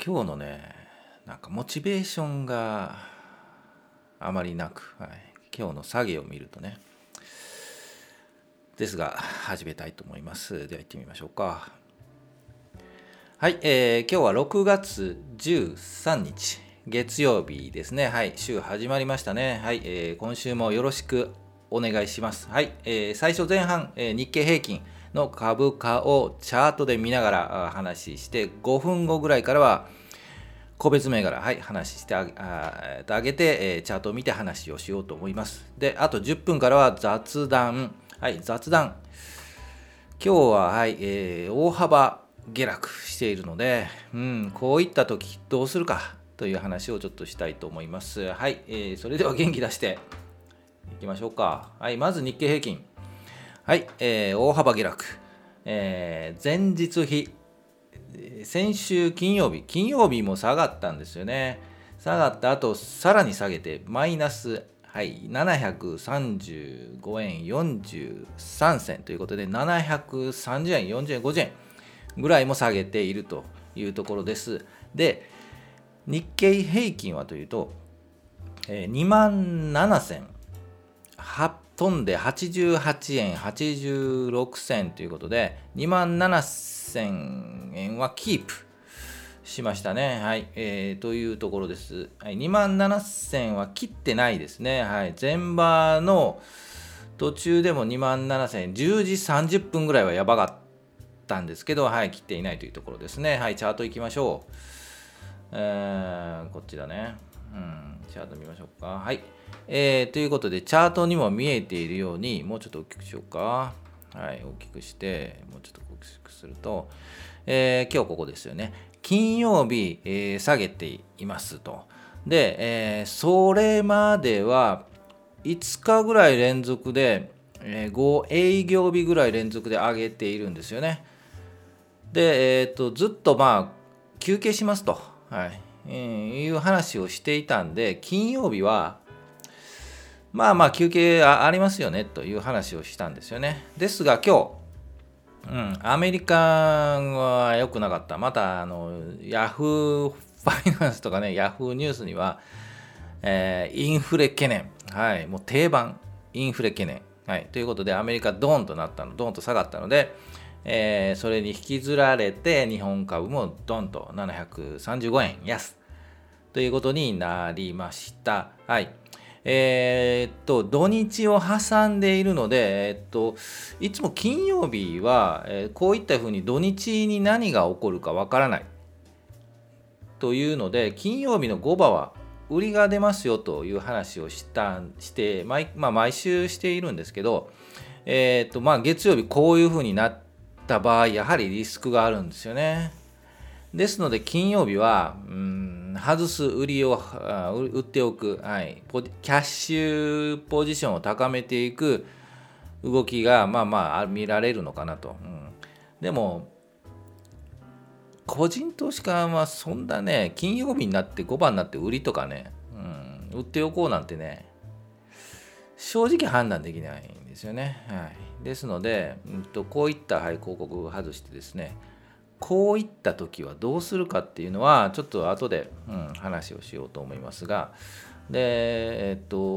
今日のね、なんかモチベーションがあまりなく、今日の下げを見るとね、ですが始めたいと思います。では行ってみましょうか。はい、今日は6月13日月曜日ですね。はい、週始まりましたね。はい、今週もよろしくお願いします。はい、最初前半、日経平均の株価をチャートで見ながら話して5分後ぐらいからは個別銘柄、話してあげて、チャートを見て話をしようと思います。で、あと10分からは雑談。雑談。今日は、大幅下落しているので、こういった時どうするかという話をちょっとしたいと思います。それでは元気出していきましょうか。まず日経平均。大幅下落。前日比。先週金曜日も下がったんですよね。下がった後、さらに下げて、マイナス、735円43銭ということで、730円、40円、50円ぐらいも下げているというところです。で、日経平均はというと、2万7000飛んで88円86銭ということで、2万7000円はキープしましたね。というところです。2万7000は切ってないですね。前場の途中でも2万7000円、10時30分ぐらいはやばかったんですけど、切っていないというところですね。チャート行きましょう。こっちだね。チャート見ましょうか。ということで、チャートにも見えているように、もうちょっと大きくしようか。大きくして、もうちょっと大きくすると、今日ここですよね。金曜日、下げていますと。で、それまでは5日ぐらい連続で、5営業日ぐらい連続で上げているんですよね。で、ずっと休憩しますと、いう話をしていたんで、金曜日は休憩ありますよねという話をしたんですよね。ですが今日、アメリカは良くなかった。またヤフーファイナンスとかね、ヤフーニュースには、インフレ懸念、もう定番インフレ懸念、ということでアメリカドーンと下がったので、それに引きずられて日本株もドンと735円安ということになりました。土日を挟んでいるので、いつも金曜日は、こういったふうに土日に何が起こるかわからないというので、金曜日の5場は売りが出ますよという話をして毎週しているんですけど、月曜日こういうふうになった場合、やはりリスクがあるんですよね。ですので金曜日は外す売りを売っておく、キャッシュポジションを高めていく動きが見られるのかなと。でも個人投資家はそんなね、金曜日になって5番になって売りとかね、売っておこうなんてね、正直判断できないんですよね。ですので、こういった、広告を外してですね、こういった時はどうするかっていうのはちょっと後で、話をしようと思いますが、で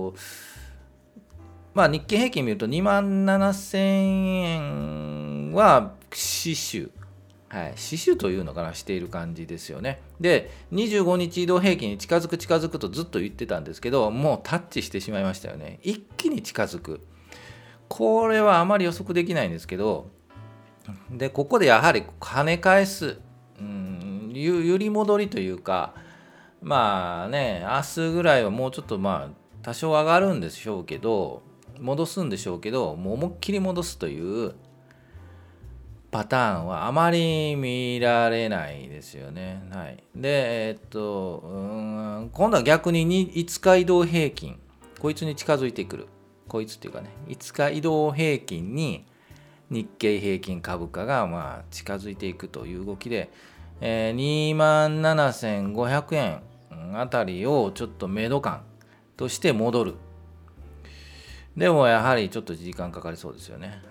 日経平均見ると2万7000円は死守というのかな、している感じですよね。で25日移動平均に近づくとずっと言ってたんですけど、もうタッチしてしまいましたよね。一気に近づく、これはあまり予測できないんですけど、でここでやはり跳ね返す、揺り戻りというか、明日ぐらいはもうちょっと多少上がるんでしょうけど、戻すんでしょうけど、もう思いっきり戻すというパターンはあまり見られないですよね。で、今度は逆に5日移動平均、こいつに近づいてくる。こいつっていうかね、5日移動平均に日経平均株価が近づいていくという動きで、2万7500円あたりをちょっと目処感として戻る。でもやはりちょっと時間かかりそうですよね。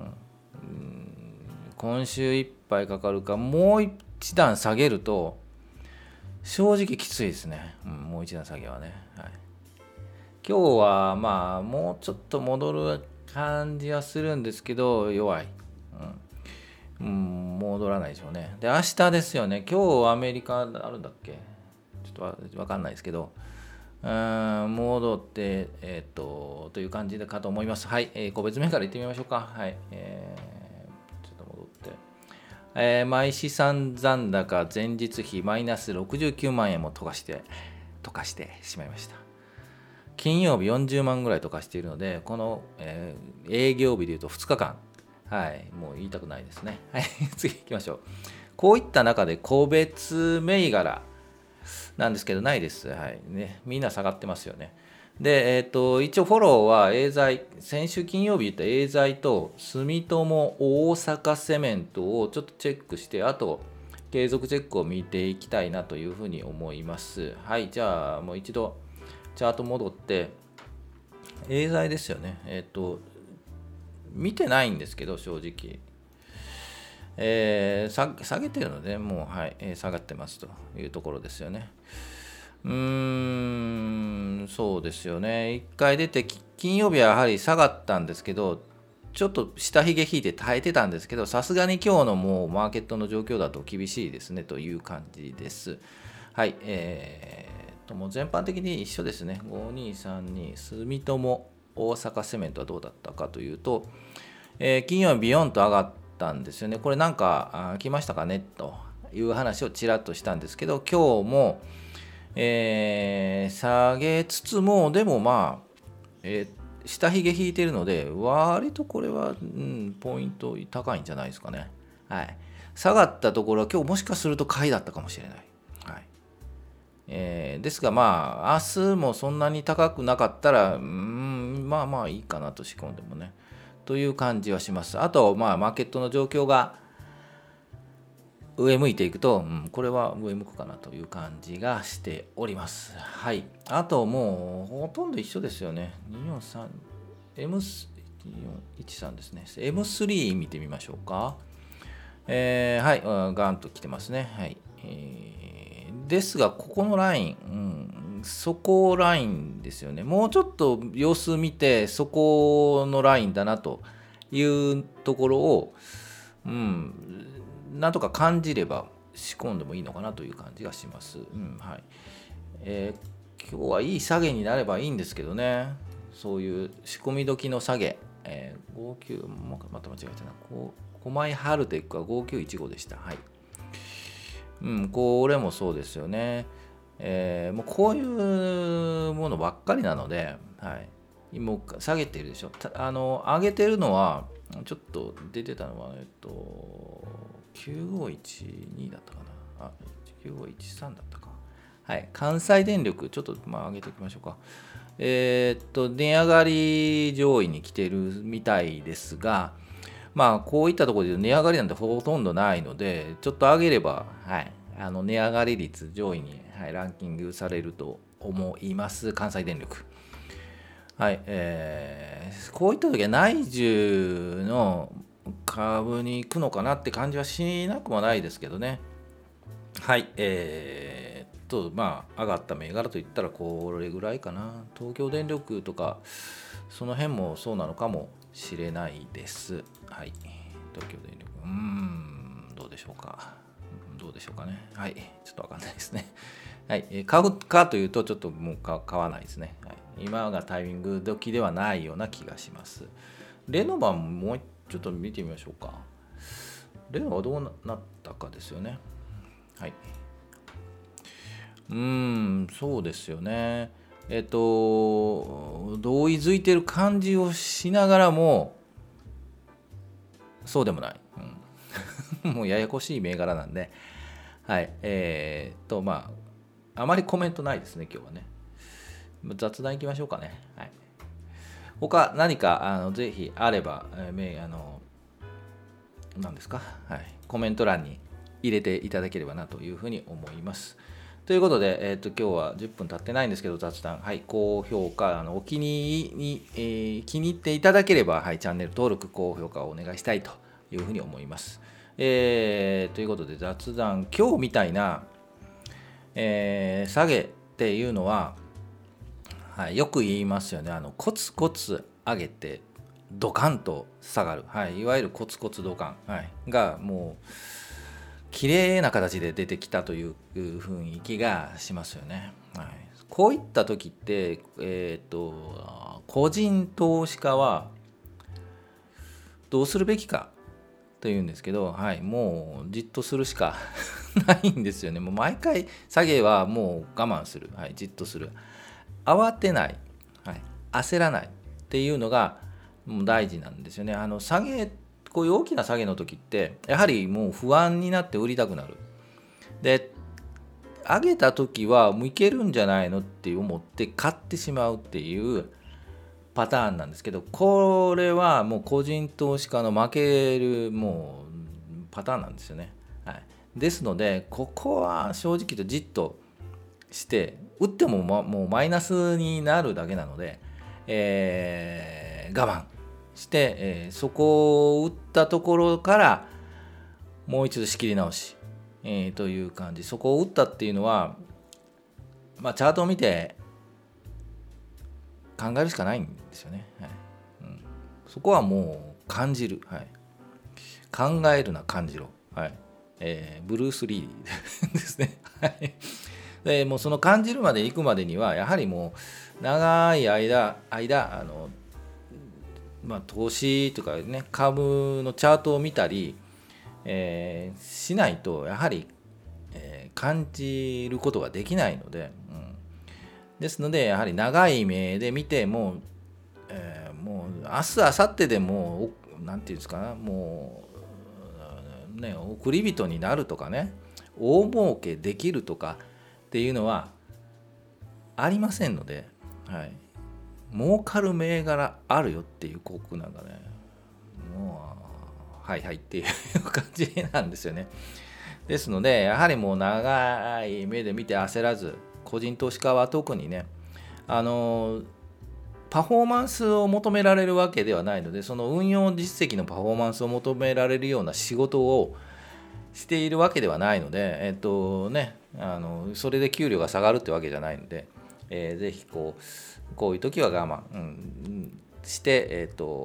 今週いっぱいかかるか、もう一段下げると正直きついですね、もう一段下げはね、はい、今日はまあもうちょっと戻る感じはするんですけど弱い、戻らないでしょうね。で明日ですよね。今日アメリカあるんだっけ、ちょっと分かんないですけど、戻って、という感じかと思います。はい、個別銘柄いってみましょうか。はい、ちょっと戻って、毎資産残高前日比マイナス69万円も溶かしてしまいました。金曜日40万ぐらい溶かしているので、この、営業日でいうと2日間、はい、もう言いたくないですね。はい、次行きましょう。こういった中で個別銘柄なんですけどないです。はいね、みんな下がってますよね。で、一応フォローはエーザイ、先週金曜日言ったエーザイと住友大阪セメントをちょっとチェックして、あと継続チェックを見ていきたいなというふうに思います。はい、じゃあもう一度チャート戻って、エーザイですよね。見てないんですけど、正直。下げてるので、もう、はい、下がってますというところですよね。そうですよね。一回出て、金曜日はやはり下がったんですけど、ちょっと下髭引いて耐えてたんですけど、さすがに今日のもうマーケットの状況だと厳しいですねという感じです。はい、もう全般的に一緒ですね。5232、住友大阪セメントはどうだったかというと、金曜日ビヨンと上がったんですよね。これなんか来ましたかねという話をちらっとしたんですけど、今日も、下げつつも、でもまあ、下髭引いてるので、割とこれは、ポイント高いんじゃないですかね。はい。下がったところは今日もしかすると買いだったかもしれない。はい。ですがまあ明日もそんなに高くなかったらまあまあいいかなと仕込んでもねという感じはします。あとまあマーケットの状況が上向いていくと、これは上向くかなという感じがしております。はい。あともうほとんど一緒ですよね。243 M413 ですね。M3 見てみましょうか。はい、ガンと来てますね。はい。ですが、ここのライン、そこラインですよね。もうちょっと様子見て、そこのラインだなというところを、なんとか感じれば仕込んでもいいのかなという感じがします。はい。今日はいい下げになればいいんですけどね。そういう仕込み時の下げ。59、また間違えたな。狛江ハルテックは5915でした。はい。これもそうですよね。もうこういうものばっかりなので、はい、もう下げてるでしょ。上げてるのは、ちょっと出てたのは、9512だったかな。あ、9513だったか。はい、関西電力、ちょっと上げておきましょうか。値上がり上位に来てるみたいですが、こういったところで値上がりなんてほとんどないので、ちょっと上げれば、はい、値上がり率上位に、はい、ランキングされると思います、関西電力。はい、こういった時は内需の株に行くのかなって感じはしなくもないですけどね。はい、上がった銘柄といったらこれぐらいかな。東京電力とか、その辺もそうなのかもしれないです。はい。東京電力。どうでしょうか。どうでしょうかね。はい。ちょっとわかんないですね。はい。買うかというと、ちょっともう買わないですね。はい、今がタイミング時ではないような気がします。レノバもうちょっと見てみましょうか。レノバどうなったかですよね。はい。そうですよね。同意づいてる感じをしながらも、そうでもない。もうややこしい銘柄なんで、はい。あまりコメントないですね、今日はね。雑談いきましょうかね。はい。他何かぜひあれば、何ですか、はい、コメント欄に入れていただければなというふうに思います。ということで、今日は10分経ってないんですけど、雑談、はい、高評価、お気に入り、気に入っていただければ、はい、チャンネル登録、高評価をお願いしたいというふうに思います。ということで、雑談、今日みたいな、 下げっていうのは、はい、よく言いますよね。コツコツ上げてドカンと下がる、はい、いわゆるコツコツドカン、はい、がもう綺麗な形で出てきたという雰囲気がしますよね。はい、こういった時って、個人投資家はどうするべきかというんですけど、はい、もうじっとするしかないんですよね。もう毎回下げはもう我慢する、はい、じっとする、慌てない、はい、焦らないっていうのがもう大事なんですよね。こういう大きな下げの時ってやはりもう不安になって売りたくなる。で、上げた時はもういけるんじゃないのって思って買ってしまうっていうパターンなんですけど、これはもう個人投資家の負けるもうパターンなんですよね。はい、ですのでここは正直言うとじっとして打っても、もうマイナスになるだけなので、我慢して、そこを打ったところからもう一度仕切り直し、という感じ。そこを打ったっていうのは、チャートを見て考えるしかないんですよね。はい、そこはもう感じる、はい、考えるな感じろ、はい、ブルース・リーですね。でもうその感じるまで行くまでにはやはりもう長い間投資とかね、株のチャートを見たり、しないとやはり、感じることができないので、ですのでやはり長い目で見てもう明日明後日でもうなんていうんですかな、もうね送り人になるとかね、大儲けできるとかっていうのはありませんので、はい、儲かる銘柄あるよっていう広告なんかね、もうはいはいっていう感じなんですよね。ですのでやはりもう長い目で見て焦らず、個人投資家は特にね、パフォーマンスを求められるわけではないので、その運用実績のパフォーマンスを求められるような仕事をしているわけではないので、それで給料が下がるってわけじゃないので、ぜひこういう時は我慢、して、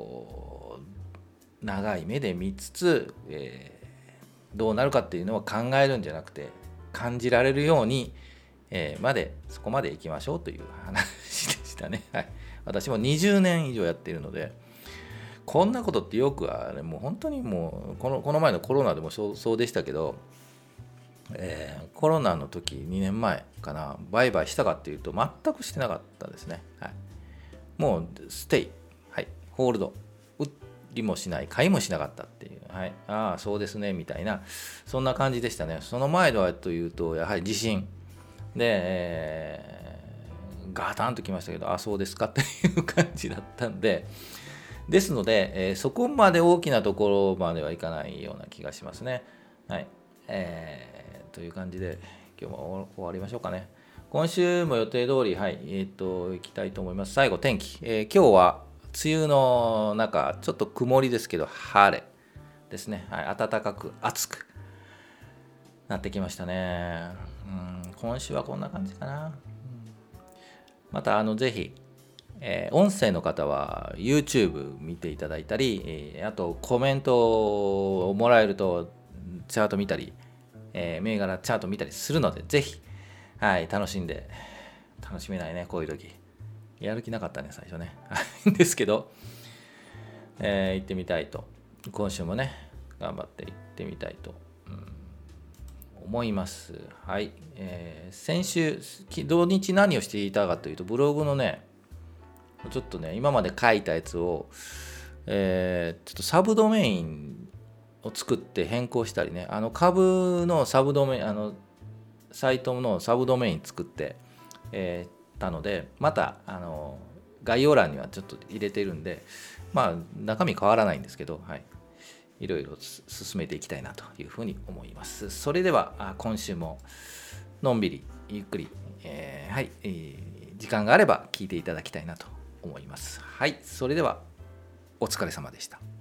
長い目で見つつ、どうなるかっていうのは考えるんじゃなくて感じられるように、そこまで行きましょうという話でしたね。はい、私も20年以上やっているので、こんなことってよくもう本当にもうこの前のコロナでもそうでしたけど、コロナの時2年前かな、売買したかっていうと全くしてなかったですね。はい、もうステイ、はい、ホールド、売りもしない買いもしなかったっていう、はい、ああそうですねみたいな、そんな感じでしたね。その前はというとやはり地震で、ガタンときましたけど、あそうですかっていう感じだったんで、ですので、そこまで大きなところまではいかないような気がしますね。はい、という感じで今日も終わりましょうかね。今週も予定通り、はい、行きたいと思います。最後、天気。今日は梅雨の中、ちょっと曇りですけど、晴れですね。はい、暖かく、暑くなってきましたね。今週はこんな感じかな。また、ぜひ、音声の方は YouTube 見ていただいたり、あとコメントをもらえるとチャート見たり、銘柄チャート見たりするので、ぜひ、はい、楽しめないね、こういう時。やる気なかったね、最初ね。ですけど、行ってみたいと。今週もね、頑張って行ってみたいと、思います。はい。先週、土日何をしていたかというと、ブログのね、ちょっとね、今まで書いたやつを、ちょっとサブドメインを作って変更したりね、株のサブドメイン、サイトのサブドメイン作って、たので、また概要欄にはちょっと入れてるんで、中身変わらないんですけど、はい、いろいろ進めていきたいなというふうに思います。それでは今週ものんびりゆっくり、はい、時間があれば聞いていただきたいなと思います。はい、それではお疲れ様でした。